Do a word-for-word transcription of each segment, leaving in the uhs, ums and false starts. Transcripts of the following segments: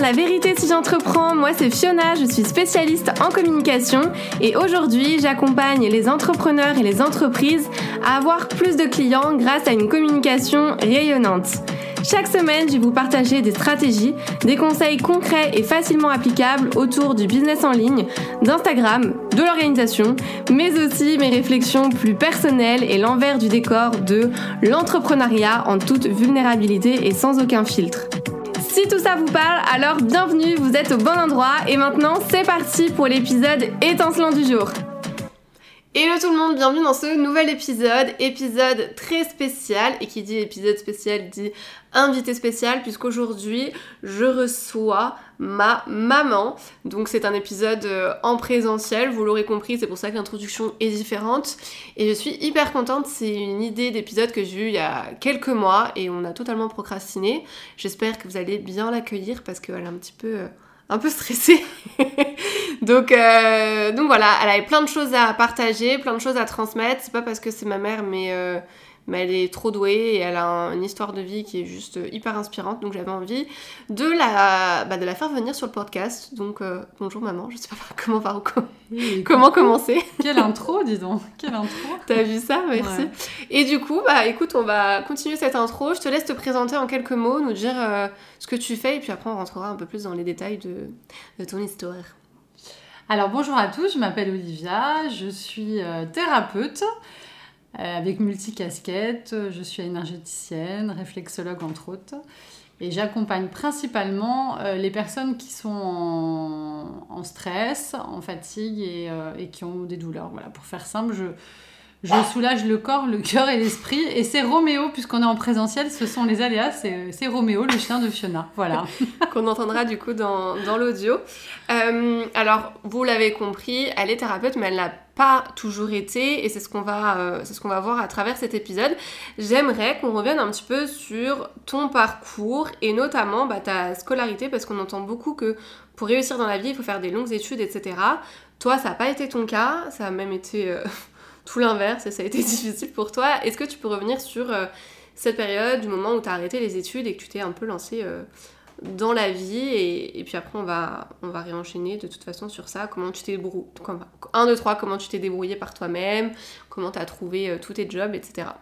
La vérité si j'entreprends, moi c'est Fiona, je suis spécialiste en communication et aujourd'hui j'accompagne les entrepreneurs et les entreprises à avoir plus de clients grâce à une communication rayonnante. Chaque semaine, je vais vous partager des stratégies, des conseils concrets et facilement applicables autour du business en ligne, d'Instagram, de l'organisation, mais aussi mes réflexions plus personnelles et l'envers du décor de l'entrepreneuriat en toute vulnérabilité et sans aucun filtre. Si tout ça vous parle, alors bienvenue, vous êtes au bon endroit et maintenant c'est parti pour l'épisode étincelant du jour. Hello tout le monde, bienvenue dans ce nouvel épisode, épisode très spécial, et qui dit épisode spécial dit invité spécial, puisqu'aujourd'hui je reçois ma maman, donc c'est un épisode en présentiel, vous l'aurez compris, c'est pour ça que l'introduction est différente, et je suis hyper contente, c'est une idée d'épisode que j'ai eue il y a quelques mois, et on a totalement procrastiné, j'espère que vous allez bien l'accueillir, parce qu'elle est un petit peu... un peu stressée. donc, euh, donc voilà, elle avait plein de choses à partager, plein de choses à transmettre. C'est pas parce que c'est ma mère, mais, euh, mais elle est trop douée et elle a un, une histoire de vie qui est juste hyper inspirante. Donc j'avais envie de la, bah, de la faire venir sur le podcast. Donc euh, bonjour maman, je sais pas comment, va, oui, comment commencer. Quelle intro, dis donc, quelle intro. T'as vu ça, merci. Ouais. Et du coup, bah écoute, on va continuer cette intro. Je te laisse te présenter en quelques mots, nous dire euh, ce que tu fais, et puis après on rentrera un peu plus dans les détails de, de ton histoire. Alors bonjour à tous, je m'appelle Olivia, je suis euh, thérapeute euh, avec multicasquette, je suis énergéticienne, réflexologue entre autres, et j'accompagne principalement euh, les personnes qui sont en, en stress, en fatigue et, euh, et qui ont des douleurs. Voilà, pour faire simple, je... Je soulage le corps, le cœur et l'esprit. Et c'est Roméo, puisqu'on est en présentiel, ce sont les aléas, c'est, c'est Roméo, le chien de Fiona. Voilà. Qu'on entendra du coup dans, dans l'audio. Euh, alors, vous l'avez compris, elle est thérapeute, mais elle n'a pas toujours été. Et c'est ce qu'on va, euh, c'est ce qu'on va voir à travers cet épisode. J'aimerais qu'on revienne un petit peu sur ton parcours et notamment bah, ta scolarité, parce qu'on entend beaucoup que pour réussir dans la vie, il faut faire des longues études, et cetera. Toi, ça n'a pas été ton cas. Ça a même été... Euh... tout l'inverse, et ça a été difficile pour toi. Est-ce que tu peux revenir sur euh, cette période, du moment où tu as arrêté les études et que tu t'es un peu lancé euh, dans la vie, et, et puis après on va, on va réenchaîner de toute façon sur ça, comment tu t'es débrouillé, un, deux, trois, comment tu t'es débrouillé par toi-même, comment tu as trouvé euh, tous tes jobs, et cetera.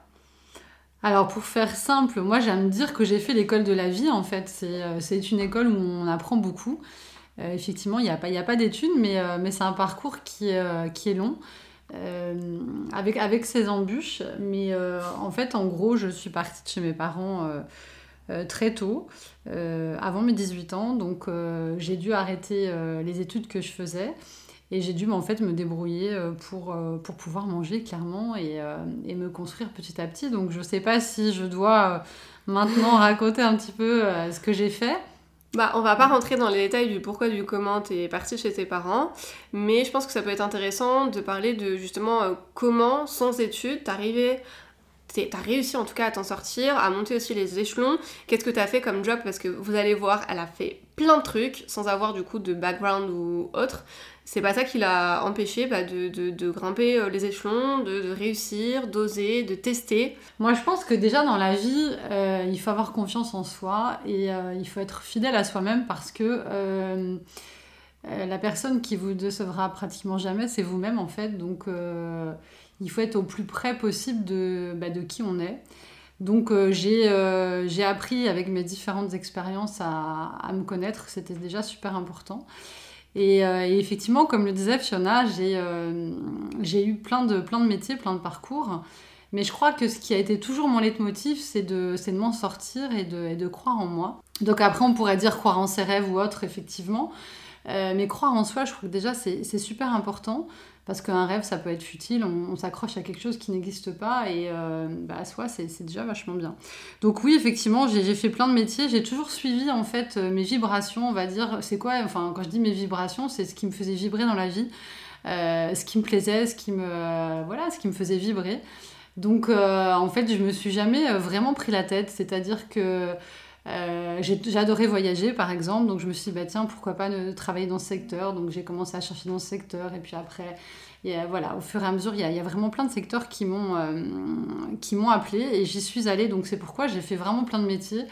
Alors pour faire simple, moi j'aime dire que j'ai fait l'école de la vie en fait, c'est, euh, c'est une école où on apprend beaucoup. Euh, effectivement, il n'y a pas, il n'y a pas d'études, mais, euh, mais c'est un parcours qui, euh, qui est long. Euh, avec, avec ses embûches, mais euh, en fait en gros je suis partie de chez mes parents euh, euh, très tôt, euh, avant mes dix-huit ans, donc euh, j'ai dû arrêter euh, les études que je faisais et j'ai dû en fait me débrouiller pour, euh, pour pouvoir manger clairement et, euh, et me construire petit à petit. Donc je sais pas si je dois euh, maintenant raconter un petit peu euh, ce que j'ai fait. Bah, on va pas rentrer dans les détails du pourquoi, du comment t'es partie chez tes parents, mais je pense que ça peut être intéressant de parler de justement euh, comment, sans études, t'arrivais, t'as réussi en tout cas à t'en sortir, à monter aussi les échelons. Qu'est-ce que t'as fait comme job? Parce que vous allez voir, elle a fait plein de trucs sans avoir du coup de background ou autre. C'est pas ça qui l'a empêché bah, de, de, de grimper les échelons, de, de réussir, d'oser, de tester. Moi, je pense que déjà dans la vie, euh, il faut avoir confiance en soi et euh, il faut être fidèle à soi-même parce que euh, euh, la personne qui vous décevra pratiquement jamais, c'est vous-même en fait. Donc, euh, il faut être au plus près possible de, bah, de qui on est. Donc, euh, j'ai, euh, j'ai appris avec mes différentes expériences à, à me connaître. C'était déjà super important. Et, euh, et effectivement, comme le disait Fiona, j'ai, euh, j'ai eu plein de, plein de métiers, plein de parcours. Mais je crois que ce qui a été toujours mon leitmotiv, c'est de, c'est de m'en sortir et de, et de croire en moi. Donc après, on pourrait dire croire en ses rêves ou autre, effectivement. Euh, mais croire en soi, je trouve que déjà, c'est, c'est super important. Parce qu'un rêve, ça peut être futile, on, on s'accroche à quelque chose qui n'existe pas, et euh, bah, à soi, c'est, c'est déjà vachement bien. Donc oui, effectivement, j'ai, j'ai fait plein de métiers, j'ai toujours suivi en fait mes vibrations, on va dire. C'est quoi, enfin, quand je dis mes vibrations, c'est ce qui me faisait vibrer dans la vie, euh, ce qui me plaisait, ce qui me, euh, voilà, ce qui me faisait vibrer. Donc euh, en fait, je me suis jamais vraiment pris la tête, c'est-à-dire que Euh, j'ai, j'adorais voyager par exemple, donc je me suis dit bah, tiens pourquoi pas ne travailler dans ce secteur, donc j'ai commencé à chercher dans ce secteur et puis après et, euh, voilà, au fur et à mesure il y a, il y a vraiment plein de secteurs qui m'ont, euh, qui m'ont appelée et j'y suis allée, donc c'est pourquoi j'ai fait vraiment plein de métiers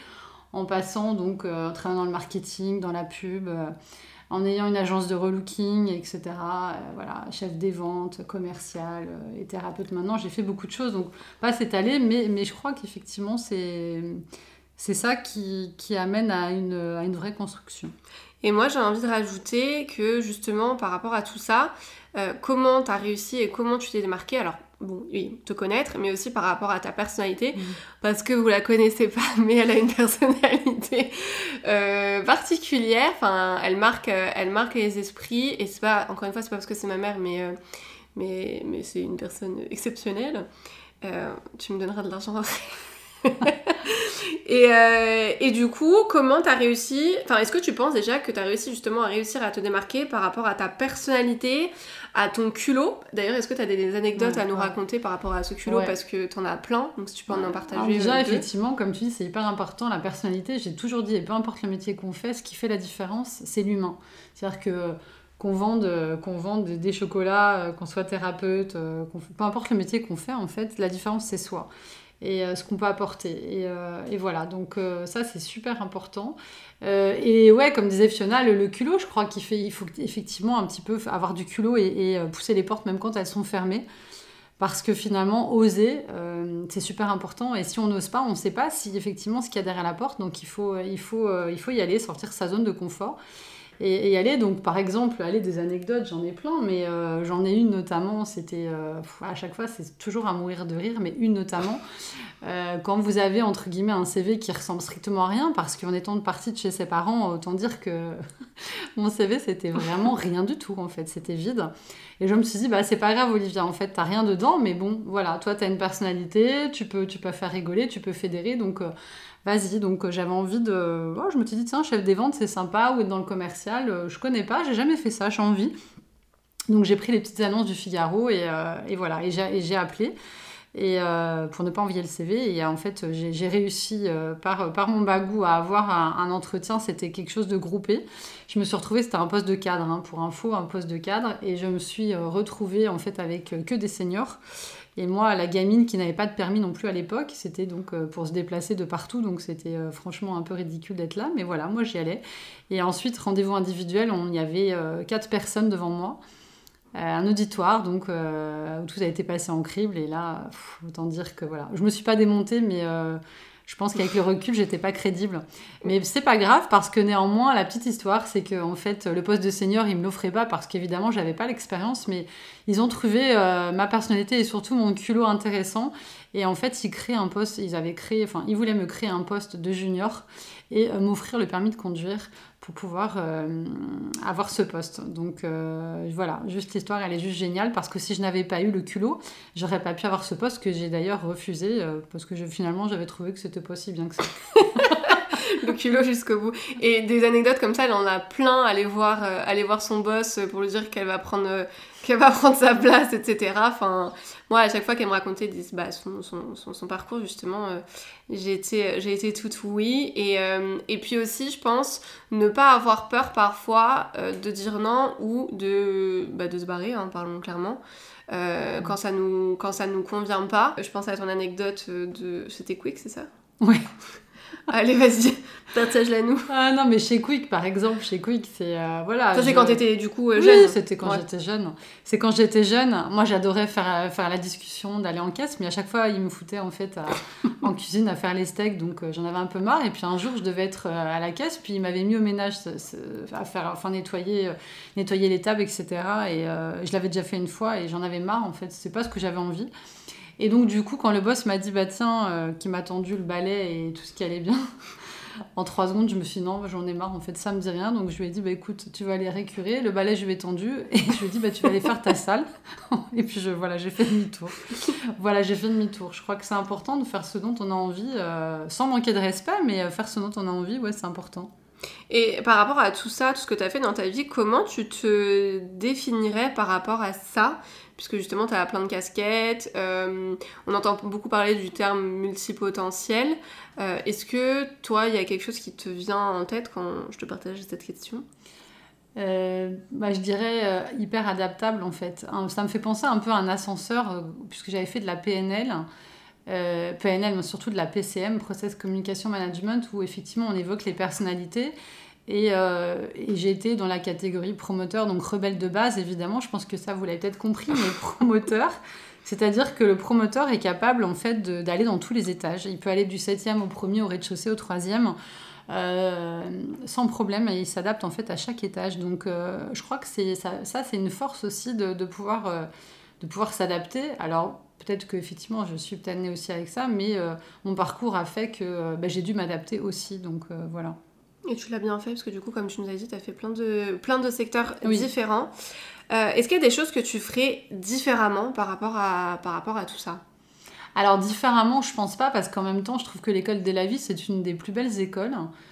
en passant, donc euh, en travaillant dans le marketing, dans la pub, euh, en ayant une agence de relooking, et cetera. Euh, voilà, chef des ventes, commercial euh, et thérapeute maintenant. J'ai fait beaucoup de choses, donc pas s'étaler, mais, mais je crois qu'effectivement, c'est, c'est ça qui, qui amène à une, à une vraie construction. Et moi, j'ai envie de rajouter que justement, par rapport à tout ça, euh, comment tu as réussi et comment tu t'es démarquée. Alors, bon, oui, te connaître, mais aussi par rapport à ta personnalité, mmh. parce que vous la connaissez pas, mais elle a une personnalité euh, particulière. Enfin, elle marque, euh, elle marque les esprits. Et c'est pas, encore une fois, c'est pas parce que c'est ma mère, mais, euh, mais, mais c'est une personne exceptionnelle. Euh, tu me donneras de l'argent après. et, euh, et du coup, comment t'as réussi, enfin, est-ce que tu penses déjà que t'as réussi justement à réussir à te démarquer par rapport à ta personnalité, à ton culot? D'ailleurs, est-ce que t'as des, des anecdotes ouais, à nous ouais. raconter par rapport à ce culot ouais. Parce que t'en as plein, donc si tu peux ouais. en partager. Alors déjà, effectivement, comme tu dis, c'est hyper important, la personnalité. J'ai toujours dit, et peu importe le métier qu'on fait, ce qui fait la différence, c'est l'humain. C'est-à-dire que qu'on vende, qu'on vende des chocolats, qu'on soit thérapeute, qu'on, peu importe le métier qu'on fait, en fait, la différence, c'est soi. Et euh, ce qu'on peut apporter. Et, euh, et voilà, donc euh, ça, c'est super important. Euh, et ouais, comme disait Fiona, le, le culot, je crois qu'il fait, il faut effectivement un petit peu avoir du culot et, et pousser les portes même quand elles sont fermées. Parce que finalement, oser, euh, c'est super important. Et si on n'ose pas, on ne sait pas si effectivement ce qu'il y a derrière la porte. Donc il faut, il faut, euh, il faut y aller, sortir sa zone de confort. Et, et aller, donc par exemple, aller des anecdotes, j'en ai plein, mais euh, j'en ai une notamment, c'était, euh, à chaque fois, c'est toujours à mourir de rire, mais une notamment, euh, quand vous avez, entre guillemets, un C V qui ressemble strictement à rien, parce qu'en étant partie de chez ses parents, autant dire que mon C V, c'était vraiment rien du tout, en fait, c'était vide. Et je me suis dit, bah c'est pas grave, Olivia, en fait, t'as rien dedans, mais bon, voilà, toi, t'as une personnalité, tu peux, tu peux faire rigoler, tu peux fédérer, donc... Euh, vas-y, donc euh, j'avais envie de... Oh, je me suis dit, tiens, chef des ventes, c'est sympa, ou être dans le commercial, euh, je connais pas, j'ai jamais fait ça, j'ai envie. Donc j'ai pris les petites annonces du Figaro et, euh, et voilà, et j'ai, et j'ai appelé et, euh, pour ne pas envoyer le C V. Et en fait, j'ai, j'ai réussi euh, par, par mon bagou à avoir un, un entretien, c'était quelque chose de groupé. Je me suis retrouvée, c'était un poste de cadre, hein, pour info, un poste de cadre, et je me suis euh, retrouvée en fait avec euh, que des seniors. Et moi, la gamine qui n'avait pas de permis non plus à l'époque, c'était donc euh, pour se déplacer de partout, donc c'était euh, franchement un peu ridicule d'être là, mais voilà, moi j'y allais. Et ensuite, rendez-vous individuel, on y avait euh, quatre personnes devant moi, euh, un auditoire, donc euh, où tout a été passé en crible, et là, pff, autant dire que voilà, je me suis pas démontée, mais euh, je pense qu'avec le recul, j'étais pas crédible. Mais c'est pas grave, parce que néanmoins, la petite histoire, c'est que en fait, le poste de senior, ils me l'offraient pas, parce qu'évidemment, j'avais pas l'expérience, mais ils ont trouvé euh, ma personnalité et surtout mon culot intéressant. Et en fait, ils créaient un poste, ils avaient créé, enfin, ils voulaient me créer un poste de junior et euh, m'offrir le permis de conduire pour pouvoir euh, avoir ce poste. Donc euh, voilà, juste l'histoire, elle est juste géniale, parce que si je n'avais pas eu le culot, j'aurais pas pu avoir ce poste que j'ai d'ailleurs refusé, euh, parce que je, finalement, j'avais trouvé que c'était pas si bien que ça. Le culot jusqu'au bout. Et des anecdotes comme ça, elle en a plein. Aller voir, euh, aller voir son boss pour lui dire qu'elle va prendre, euh, qu'elle va prendre sa place, et cetera. Enfin, moi, à chaque fois qu'elle me racontait des, bah, son, son, son, son parcours, justement, euh, j'ai, été, j'ai été toute oui. Et, euh, et puis aussi, je pense, ne pas avoir peur parfois euh, de dire non ou de, bah, de se barrer, hein, parlons clairement. Euh, mmh. quand, ça nous, quand ça nous convient pas. Je pense à ton anecdote de... C'était Quick, c'est ça ? Ouais. Allez, vas-y, partage-la nous. Ah non, mais chez Quick, par exemple, chez Quick, c'est... Euh, voilà, ça, c'est je... quand t'étais, du coup, euh, jeune. Oui, c'était quand ouais. j'étais jeune. C'est quand j'étais jeune. Moi, j'adorais faire, faire la discussion, d'aller en caisse, mais à chaque fois, ils me foutaient, en fait, à, en cuisine à faire les steaks, donc euh, j'en avais un peu marre. Et puis, un jour, je devais être euh, à la caisse, puis ils m'avaient mis au ménage, à faire, enfin, nettoyer, euh, nettoyer les tables, et cetera. Et euh, je l'avais déjà fait une fois, et j'en avais marre, en fait. C'est pas ce que j'avais envie. Et donc, du coup, quand le boss m'a dit, bah tiens, euh, qui m'a tendu le balai et tout ce qui allait bien, en trois secondes, je me suis dit, non, j'en ai marre, en fait, ça me dit rien. Donc, je lui ai dit, bah écoute, tu vas aller récurer. Le balai, je lui ai tendu. Et je lui ai dit, bah tu vas aller faire ta salle. Et puis, je, voilà, j'ai fait demi-tour. Voilà, j'ai fait demi-tour. Je crois que c'est important de faire ce dont on a envie, euh, sans manquer de respect, mais faire ce dont on a envie, ouais, c'est important. Et par rapport à tout ça, tout ce que tu as fait dans ta vie, comment tu te définirais par rapport à ça ? Puisque justement, tu as plein de casquettes, euh, on entend beaucoup parler du terme multipotentiel. Euh, est-ce que toi, il y a quelque chose qui te vient en tête quand je te partage cette question ? Euh, bah, je dirais euh, hyper adaptable en fait. Ça me fait penser un peu à un ascenseur, euh, puisque j'avais fait de la P N L. euh, P N L, mais surtout de la P C M, Process Communication Management, où effectivement on évoque les personnalités. Et, euh, et j'ai été dans la catégorie promoteur, donc rebelle de base, évidemment. Je pense que ça, vous l'avez peut-être compris, mais promoteur. C'est-à-dire que le promoteur est capable, en fait, de, d'aller dans tous les étages. Il peut aller du septième au premier, au rez-de-chaussée, au troisième, euh, sans problème. Et il s'adapte, en fait, à chaque étage. Donc, euh, je crois que c'est, ça, ça, c'est une force aussi de, de, pouvoir, euh, de pouvoir s'adapter. Alors, peut-être qu'effectivement, je suis peut-être née aussi avec ça, mais euh, mon parcours a fait que euh, bah, j'ai dû m'adapter aussi. Donc, euh, voilà. Et tu l'as bien fait, parce que du coup, comme tu nous as dit, tu as fait plein de, plein de secteurs oui. différents. Euh, est-ce qu'il y a des choses que tu ferais différemment par rapport à, par rapport à tout ça ? Alors, différemment, je pense pas, parce qu'en même temps, je trouve que l'école de la vie, c'est une des plus belles écoles.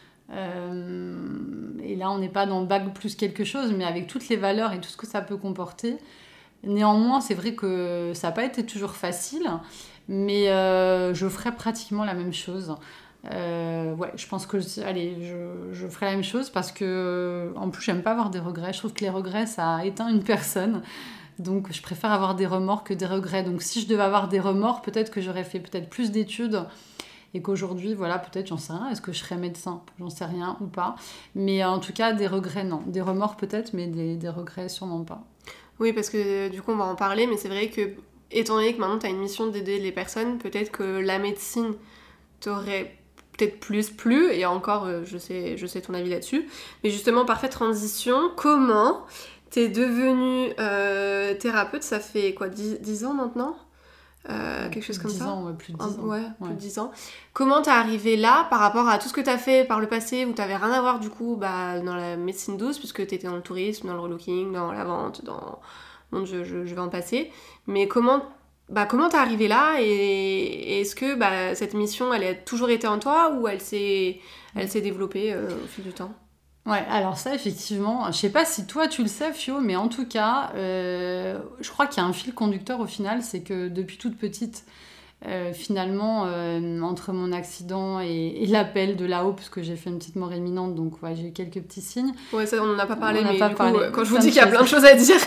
Euh, et là, on n'est pas dans bac plus quelque chose, mais avec toutes les valeurs et tout ce que ça peut comporter. Néanmoins, c'est vrai que ça n'a pas été toujours facile, mais euh, je ferais pratiquement la même chose. Euh, ouais, je pense que allez, je, je ferai la même chose parce que en plus j'aime pas avoir des regrets. Je trouve que les regrets ça éteint une personne, donc je préfère avoir des remords que des regrets. Donc si je devais avoir des remords, peut-être que j'aurais fait peut-être plus d'études et qu'aujourd'hui voilà, peut-être j'en sais rien. Est-ce que je serais médecin ? J'en sais rien ou pas. Mais en tout cas des regrets non, des remords peut-être, mais des, des regrets sûrement pas. Oui, parce que du coup on va en parler, mais c'est vrai que étant donné que maintenant tu as une mission d'aider les personnes, peut-être que la médecine t'aurait peut-être plus plu, et encore, euh, je sais, je sais ton avis là-dessus. Mais justement, parfaite transition, comment t'es devenue euh, thérapeute ? Ça fait quoi, dix ans maintenant ? euh, Quelque chose comme dix ça ans, ouais, plus de dix ah, ans. Ouais, ouais. plus de dix ans. Comment t'es arrivée là, par rapport à tout ce que t'as fait par le passé, où t'avais rien à voir, du coup, bah, dans la médecine douce, puisque t'étais dans le tourisme, dans le relooking, dans la vente, dans... Bon, je, je, je vais en passer. Mais comment... Bah, comment t'es arrivée là et est-ce que bah, cette mission, elle a toujours été en toi ou elle s'est, elle s'est développée euh, au fil du temps ? Ouais, alors ça, effectivement, je sais pas si toi tu le sais, Fio, mais en tout cas, euh, je crois qu'il y a un fil conducteur au final, c'est que depuis toute petite, euh, finalement, euh, entre mon accident et, et l'appel de là-haut, parce que j'ai fait une petite mort imminente, donc ouais, j'ai eu quelques petits signes. Ouais, ça, on n'en a pas parlé, on mais pas du parlé. coup, quand je vous dis qu'il y a plein de choses à dire...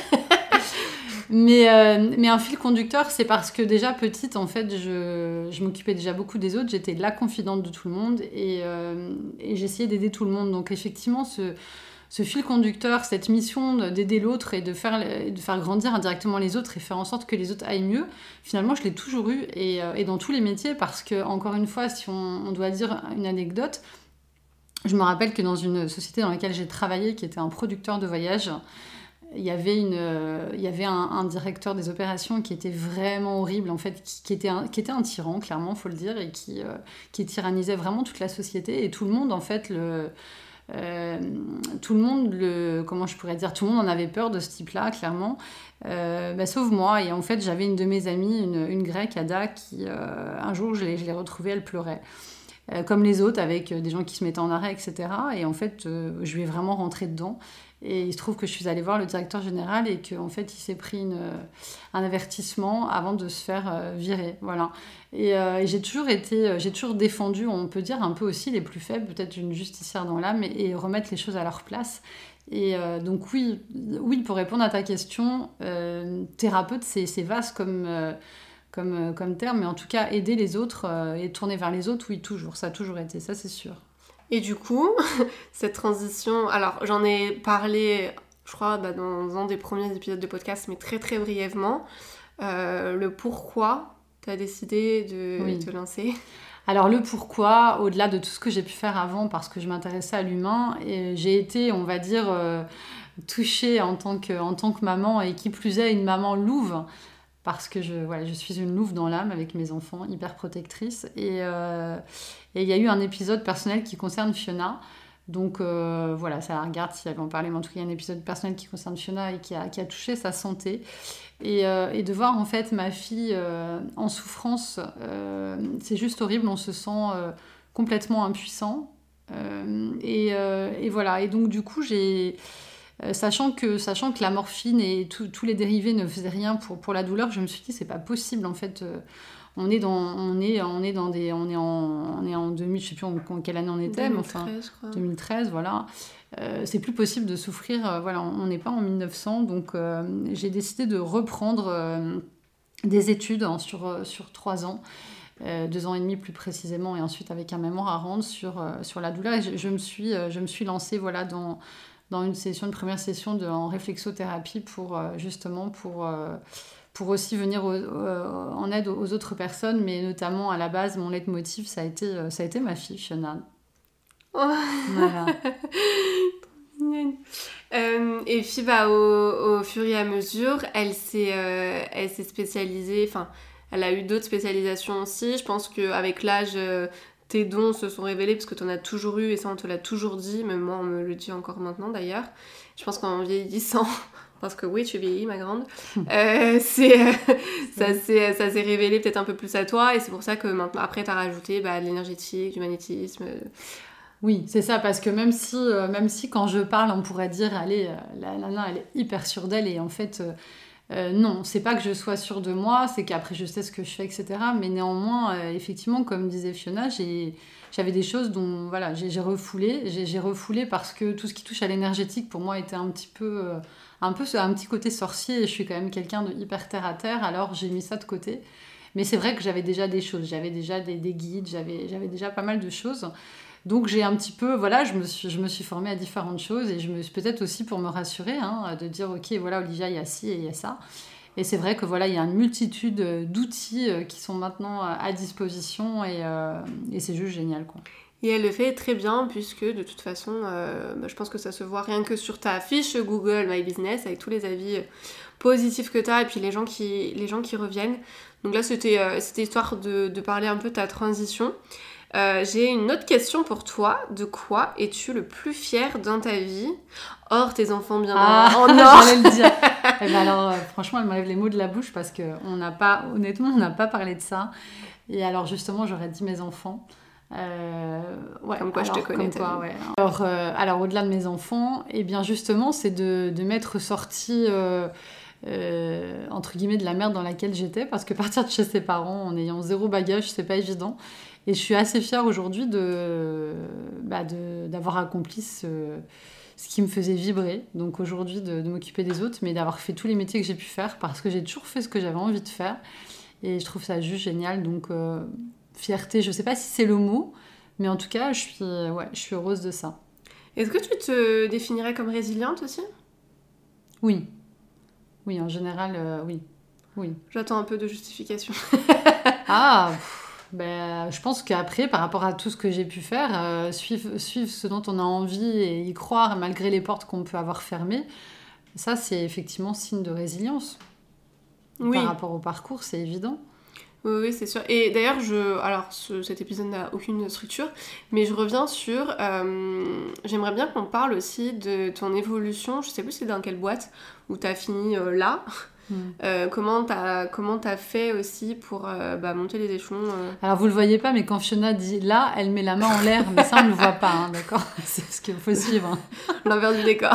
Mais, euh, mais un fil conducteur, c'est parce que déjà petite, en fait, je, je m'occupais déjà beaucoup des autres. J'étais la confidente de tout le monde et, euh, et j'essayais d'aider tout le monde. Donc effectivement, ce, ce fil conducteur, cette mission d'aider l'autre et de faire, de faire grandir indirectement les autres et faire en sorte que les autres aillent mieux, finalement, je l'ai toujours eu et, et dans tous les métiers parce que, encore une fois, si on, on doit dire une anecdote, je me rappelle que dans une société dans laquelle j'ai travaillé, qui était un producteur de voyages, il y avait, une, euh, il y avait un, un directeur des opérations qui était vraiment horrible, en fait, qui, qui, était, un, qui était un tyran, clairement, il faut le dire, et qui, euh, qui tyrannisait vraiment toute la société. Et tout le monde, en fait, le, euh, tout le monde, le, comment je pourrais dire, tout le monde en avait peur de ce type-là, clairement, euh, bah, sauf moi. Et en fait, j'avais une de mes amies, une, une grecque, Ada, qui, euh, un jour, je l'ai, je l'ai retrouvée, elle pleurait. Euh, comme les autres, avec des gens qui se mettaient en arrêt, et cetera. Et en fait, euh, je lui ai vraiment rentré dedans. Et il se trouve que je suis allée voir le directeur général et qu'en fait, il s'est pris une, un avertissement avant de se faire euh, virer. Voilà. Et, euh, et j'ai toujours été, j'ai toujours défendu, on peut dire, un peu aussi les plus faibles, peut-être une justicière dans l'âme, et, et remettre les choses à leur place. Et euh, donc oui, oui, pour répondre à ta question, euh, thérapeute, c'est, c'est vaste comme... Euh, Comme, comme terme, mais en tout cas, aider les autres euh, et tourner vers les autres, oui, toujours, ça a toujours été, ça c'est sûr. Et du coup, cette transition, alors j'en ai parlé, je crois, bah, dans un des premiers épisodes de podcast, mais très très brièvement, euh, le pourquoi tu as décidé de oui. te lancer. Alors le pourquoi, au-delà de tout ce que j'ai pu faire avant, parce que je m'intéressais à l'humain, et j'ai été, on va dire, euh, touchée en tant que, en tant que maman, et qui plus est, une maman louve, parce que je, voilà, je suis une louve dans l'âme avec mes enfants, hyper protectrice. Et euh, et il y a eu un épisode personnel qui concerne Fiona. Donc euh, voilà, ça la regarde si elle veut en parler, mais en tout cas, il y a un épisode personnel qui concerne Fiona et qui a, qui a touché sa santé. Et, euh, et de voir en fait ma fille euh, en souffrance, euh, c'est juste horrible, on se sent euh, complètement impuissant. Euh, et, euh, et voilà, et donc du coup, j'ai... Euh, sachant, que, sachant que la morphine et tous les dérivés ne faisaient rien pour, pour la douleur, je me suis dit c'est pas possible en fait. Euh, on est dans, on est, on est dans des, on est en, on est en deux mille, je sais plus en, en quelle année on était, deux mille treize, mais enfin je crois. deux mille treize, voilà. Euh, c'est plus possible de souffrir. Euh, voilà, on n'est pas en mille neuf cents, donc euh, j'ai décidé de reprendre euh, des études hein, sur sur trois ans. euh, deux ans et demi plus précisément, et ensuite avec un mémoire à rendre sur, euh, sur la douleur. Et je, je, me suis, euh, je me suis lancée voilà, dans, dans une session, une première session de, en réflexothérapie pour euh, justement pour, euh, pour aussi venir au, euh, en aide aux, aux autres personnes, mais notamment à la base, mon leitmotiv, ça a été, euh, ça a été ma fille, Fiona. Oh. Voilà. Euh, et puis bah, au, au fur et à mesure, elle s'est, euh, elle s'est spécialisée, enfin, elle a eu d'autres spécialisations aussi. Je pense qu'avec l'âge, euh, tes dons se sont révélés parce que tu en as toujours eu et ça on te l'a toujours dit, même moi on me le dit encore maintenant d'ailleurs. Je pense qu'en vieillissant, parce que oui, tu vieillis ma grande, euh, c'est, euh, ça, s'est, ça s'est révélé peut-être un peu plus à toi et c'est pour ça que maintenant, après tu as rajouté bah, de l'énergétique, du magnétisme. Euh, Oui, c'est ça, parce que même si, euh, même si quand je parle, on pourrait dire, allez, euh, la nana, elle est hyper sûre d'elle, et en fait, euh, euh, non, c'est pas que je sois sûre de moi, c'est qu'après, je sais ce que je fais, et cetera. Mais néanmoins, euh, effectivement, comme disait Fiona, j'ai, j'avais des choses dont, voilà, j'ai, j'ai refoulé, j'ai, j'ai refoulé parce que tout ce qui touche à l'énergétique, pour moi, était un petit peu, euh, un peu, un petit côté sorcier, et je suis quand même quelqu'un de hyper terre-à-terre, alors j'ai mis ça de côté. Mais c'est vrai que j'avais déjà des choses, j'avais déjà des, des guides, j'avais, j'avais déjà pas mal de choses. Donc j'ai un petit peu, voilà, je me suis, je me suis formée à différentes choses et je me, peut-être aussi pour me rassurer, hein, de dire ok, voilà, Olivia, il y a ci et il y a ça. Et c'est vrai que voilà, il y a une multitude d'outils qui sont maintenant à disposition et, euh, et c'est juste génial, quoi. Et elle le fait très bien puisque de toute façon, euh, bah, je pense que ça se voit rien que sur ta fiche Google My Business avec tous les avis positifs que tu as et puis les gens qui, les gens qui reviennent. Donc là, c'était, euh, c'était histoire de, de parler un peu de ta transition. Euh, j'ai une autre question pour toi. De quoi es-tu le plus fière dans ta vie, hors tes enfants bien ah, en or? J'allais le dire. Eh ben alors, euh, franchement, elle m'enlève les mots de la bouche parce que on n'a pas, honnêtement, on n'a pas parlé de ça. Et alors justement, j'aurais dit mes enfants. Euh, ouais, comme quoi alors, je te connais. Comme quoi, ouais. Alors, euh, alors au-delà de mes enfants, et eh bien justement, c'est de, de m'être sortie. Euh, Euh, entre guillemets de la merde dans laquelle j'étais, parce que partir de chez ses parents en ayant zéro bagage, c'est pas évident, et je suis assez fière aujourd'hui de, bah de, d'avoir accompli ce, ce qui me faisait vibrer, donc aujourd'hui de, de m'occuper des autres, mais d'avoir fait tous les métiers que j'ai pu faire, parce que j'ai toujours fait ce que j'avais envie de faire, et je trouve ça juste génial. Donc euh, fierté, je sais pas si c'est le mot, mais en tout cas je suis, ouais, je suis heureuse de ça. Est-ce que tu te définirais comme résiliente aussi? Oui. Oui, en général, euh, oui. oui. J'attends un peu de justification. ah, pff, ben, je pense qu'après, par rapport à tout ce que j'ai pu faire, euh, suivre, suivre ce dont on a envie et y croire, malgré les portes qu'on peut avoir fermées, ça, c'est effectivement signe de résilience. Oui. Par rapport au parcours, c'est évident. Oui, oui, c'est sûr. Et d'ailleurs, je... alors ce, cet épisode n'a aucune structure, mais je reviens sur... Euh, j'aimerais bien qu'on parle aussi de ton évolution. Je sais plus c'est dans quelle boîte où tu as fini euh, là. Mm. Euh, comment t'as comment t'as fait aussi pour euh, bah, monter les échelons euh... Alors vous le voyez pas, mais quand Fiona dit là, elle met la main en l'air, mais ça on ne le voit pas, hein, d'accord? C'est ce qu'il faut suivre. Hein. L'envers du décor.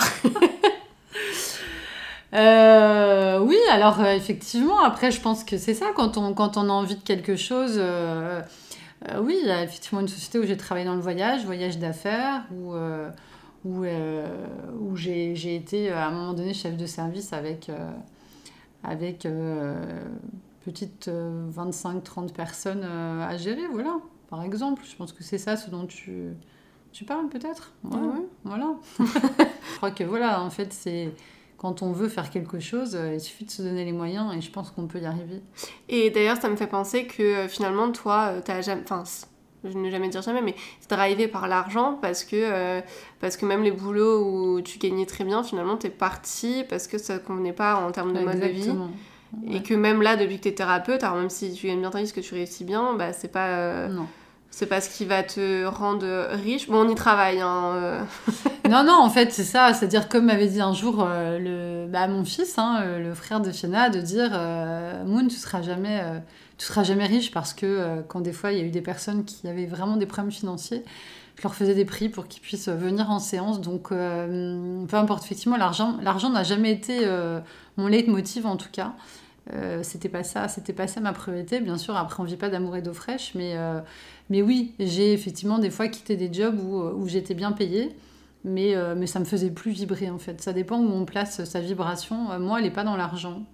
Euh, oui, alors euh, effectivement, après je pense que c'est ça, quand on, quand on a envie de quelque chose, euh, euh, oui, il y a effectivement une société où j'ai travaillé dans le voyage, voyage d'affaires, où, euh, où, euh, où j'ai, j'ai été à un moment donné chef de service avec, euh, avec euh, petite euh, vingt-cinq trente personnes euh, à gérer, voilà, par exemple. Je pense que c'est ça ce dont tu, tu parles peut-être. Ouais, ouais. Voilà. Je crois que voilà, en fait, c'est... Quand on veut faire quelque chose, il suffit de se donner les moyens et je pense qu'on peut y arriver. Et d'ailleurs, ça me fait penser que finalement, toi, t'as jamais... Enfin, je ne vais jamais dire jamais, mais c'est drivé par l'argent parce que, euh, parce que même les boulots où tu gagnais très bien, finalement, t'es parti parce que ça ne convenait pas en termes de mode de vie. Ouais. Et que même là, depuis que t'es thérapeute, alors même si tu gagnes bien ta vie, que tu réussis bien, bah, c'est pas... Euh... Non. C'est pas ce qui va te rendre riche. Bon, on y travaille. Hein. non, non, en fait, c'est ça. C'est-à-dire, comme m'avait dit un jour euh, le, bah, mon fils, hein, le frère de Fiona, de dire euh, Moon, tu seras jamais, euh, tu seras jamais riche parce que euh, quand des fois, il y a eu des personnes qui avaient vraiment des problèmes financiers, je leur faisais des prix pour qu'ils puissent venir en séance. Donc, euh, peu importe, effectivement, l'argent, l'argent n'a jamais été euh, mon leitmotiv, en tout cas. Euh, c'était pas ça, c'était pas ça ma priorité. Bien sûr, après, on vit pas d'amour et d'eau fraîche, mais... Euh, Mais oui, j'ai effectivement des fois quitté des jobs où, où j'étais bien payée, mais, euh, mais ça me faisait plus vibrer en fait. Ça dépend où on place sa vibration. Euh, moi, elle n'est pas dans l'argent.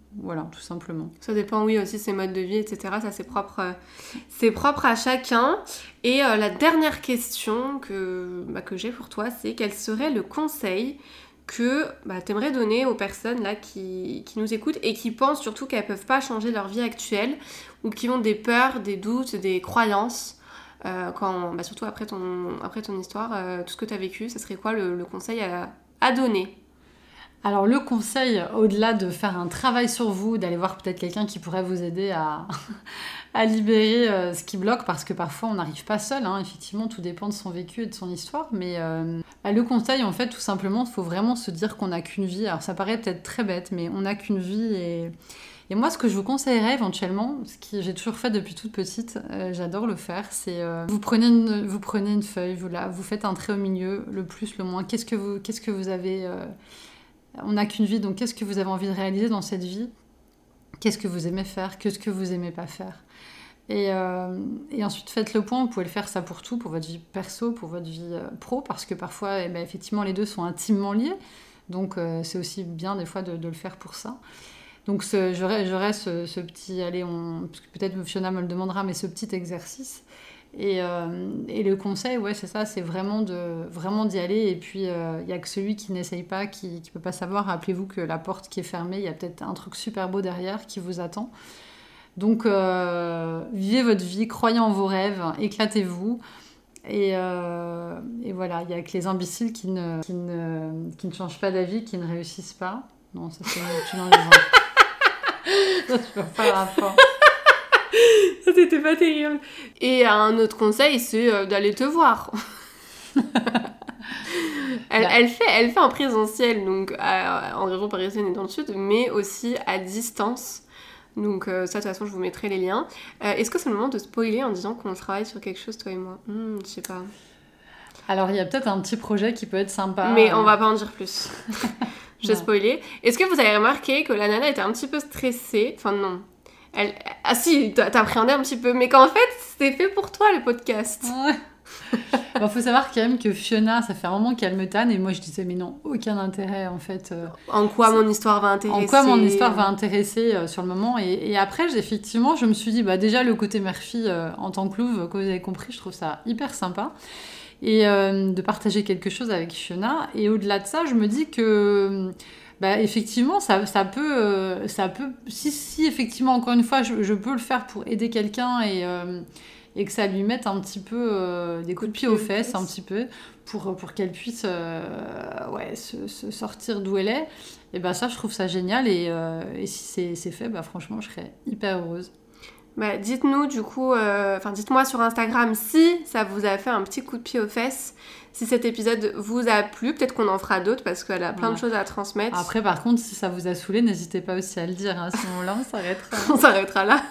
Voilà, tout simplement. Ça dépend, oui, aussi ses modes de vie, et cetera. Ça, c'est propre, euh, c'est propre à chacun. Et euh, la dernière question que, bah, que j'ai pour toi, c'est quel serait le conseil que bah, tu aimerais donner aux personnes là, qui, qui nous écoutent et qui pensent surtout qu'elles ne peuvent pas changer leur vie actuelle ou qui ont des peurs, des doutes, des croyances euh, quand, bah, surtout après ton, après ton histoire, euh, tout ce que tu as vécu, ça serait quoi le, le conseil à, à donner ? Alors le conseil, au-delà de faire un travail sur vous, d'aller voir peut-être quelqu'un qui pourrait vous aider à, à libérer euh, ce qui bloque, parce que parfois on n'arrive pas seul, hein, effectivement tout dépend de son vécu et de son histoire, mais euh, bah, le conseil en fait tout simplement, il faut vraiment se dire qu'on n'a qu'une vie. Alors ça paraît peut-être très bête, mais on n'a qu'une vie et... Et moi, ce que je vous conseillerais éventuellement, ce que j'ai toujours fait depuis toute petite, euh, j'adore le faire, c'est euh, vous, prenez une, vous prenez une feuille, vous, la, vous faites un trait au milieu, le plus, le moins, qu'est-ce que vous, qu'est-ce que vous avez... Euh, on n'a qu'une vie, donc qu'est-ce que vous avez envie de réaliser dans cette vie ? Qu'est-ce que vous aimez faire ? Qu'est-ce que vous aimez pas faire ? Et, euh, et ensuite, faites le point, vous pouvez le faire ça pour tout, pour votre vie perso, pour votre vie euh, pro, parce que parfois, eh ben, effectivement, les deux sont intimement liés, donc euh, c'est aussi bien des fois de, de le faire pour ça. Donc ce, j'aurais, j'aurais ce, ce petit, allez, on, parce que peut-être Fiona me le demandera, mais ce petit exercice. Et, euh, et le conseil, ouais, c'est ça, c'est vraiment, de, vraiment d'y aller. Et puis, il euh, n'y a que celui qui n'essaye pas, qui ne peut pas savoir. Rappelez-vous que la porte qui est fermée, il y a peut-être un truc super beau derrière qui vous attend. Donc, euh, vivez votre vie, croyez en vos rêves, éclatez-vous. Et, euh, et voilà, il n'y a que les imbéciles qui ne, qui, ne, qui ne changent pas d'avis, qui ne réussissent pas. Non, ça c'est tu dans les gens. Ça, tu peux pas le rapport. Ça, c'était pas terrible. Et un autre conseil, c'est euh, d'aller te voir. elle, elle, fait, elle fait en présentiel, donc à, en région parisienne et dans le sud, mais aussi à distance. Donc euh, ça, de toute façon, je vous mettrai les liens. Euh, est-ce que c'est le moment de spoiler en disant qu'on travaille sur quelque chose, toi et moi ? hmm, Je sais pas. Alors, il y a peut-être un petit projet qui peut être sympa. Mais on va pas en dire plus. J'ai spoilé. Est-ce que vous avez remarqué que la nana était un petit peu stressée ? Enfin, non. Elle... Ah si, t'appréhendais un petit peu. Mais qu'en fait, c'était fait pour toi, le podcast. Ouais. Bon, faut savoir quand même que Fiona, ça fait un moment qu'elle me tanne. Et moi, je disais, mais non, aucun intérêt, en fait. Euh, en quoi mon histoire va intéresser ? En quoi mon histoire va intéresser euh, sur le moment. Et, et après, effectivement, je me suis dit, bah déjà, le côté mère-fille euh, en tant que louve, comme vous avez compris, je trouve ça hyper sympa. Et euh, de partager quelque chose avec Fiona. Et au-delà de ça, je me dis que, bah, effectivement, ça, ça, peut, euh, ça peut... Si, si, effectivement, encore une fois, je, je peux le faire pour aider quelqu'un et, euh, et que ça lui mette un petit peu euh, des coups de pied aux fesses, un petit peu, pour, pour qu'elle puisse euh, ouais, se, se sortir d'où elle est, et bah, ça, je trouve ça génial. Et, euh, et si c'est, c'est fait, bah, franchement, je serais hyper heureuse. Bah, dites-nous du coup, euh, enfin dites-moi sur Instagram si ça vous a fait un petit coup de pied aux fesses, si cet épisode vous a plu, peut-être qu'on en fera d'autres parce qu'elle a plein ouais. de choses à transmettre. Après par contre, si ça vous a saoulé, n'hésitez pas aussi à le dire, hein. À ce moment-là on s'arrêtera. On s'arrêtera là.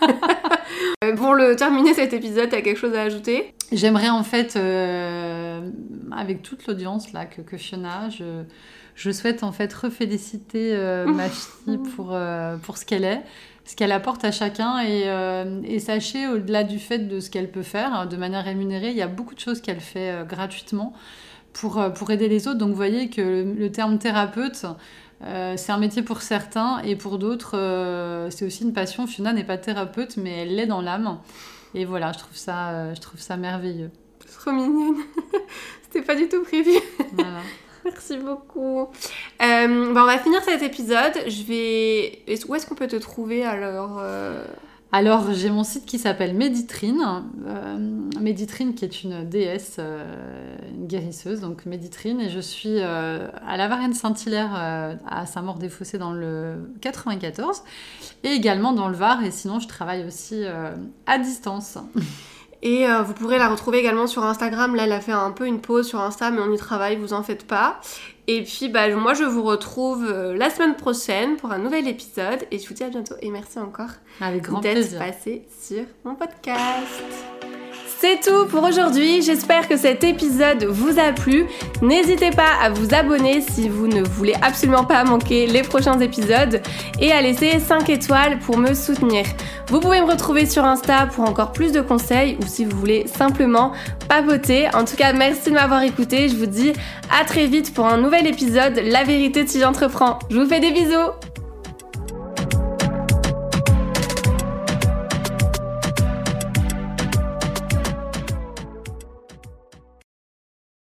Pour le terminer cet épisode, t'as quelque chose à ajouter ? J'aimerais en fait, euh, avec toute l'audience là que, que Fiona, je, je souhaite en fait reféliciter euh, ma fille pour, euh, pour ce qu'elle est, ce qu'elle apporte à chacun et, euh, et sachez, au-delà du fait de ce qu'elle peut faire de manière rémunérée, il y a beaucoup de choses qu'elle fait euh, gratuitement pour, pour aider les autres. Donc vous voyez que le, le terme thérapeute, euh, c'est un métier pour certains et pour d'autres, euh, c'est aussi une passion. Fiona n'est pas thérapeute, mais elle l'est dans l'âme. Et voilà, je trouve ça, euh, je trouve ça merveilleux. C'est trop mignonne. C'était pas du tout prévu. Voilà. Merci beaucoup. Euh, bah on va finir cet épisode. Je vais... Où est-ce qu'on peut te trouver alors euh... Alors, j'ai mon site qui s'appelle Méditrine. Euh, Méditrine qui est une déesse, euh, une guérisseuse, donc Méditrine. Et je suis euh, à la Varenne-Saint-Hilaire, euh, à Saint-Maur-des-Fossés dans le quatre-vingt-quatorze. Et également dans le Var. Et sinon, je travaille aussi euh, à distance. Et euh, vous pourrez la retrouver également sur Instagram. Là, elle a fait un peu une pause sur Insta, mais on y travaille, vous en faites pas. Et puis, bah, moi, je vous retrouve euh, la semaine prochaine pour un nouvel épisode. Et je vous dis à bientôt. Et merci encore Avec grand d'être plaisir. passé sur mon podcast. C'est tout pour aujourd'hui, j'espère que cet épisode vous a plu. N'hésitez pas à vous abonner si vous ne voulez absolument pas manquer les prochains épisodes et à laisser cinq étoiles pour me soutenir. Vous pouvez me retrouver sur Insta pour encore plus de conseils ou si vous voulez simplement papoter. En tout cas, merci de m'avoir écouté. Je vous dis à très vite pour un nouvel épisode La vérité si j'entreprends. Je vous fais des bisous.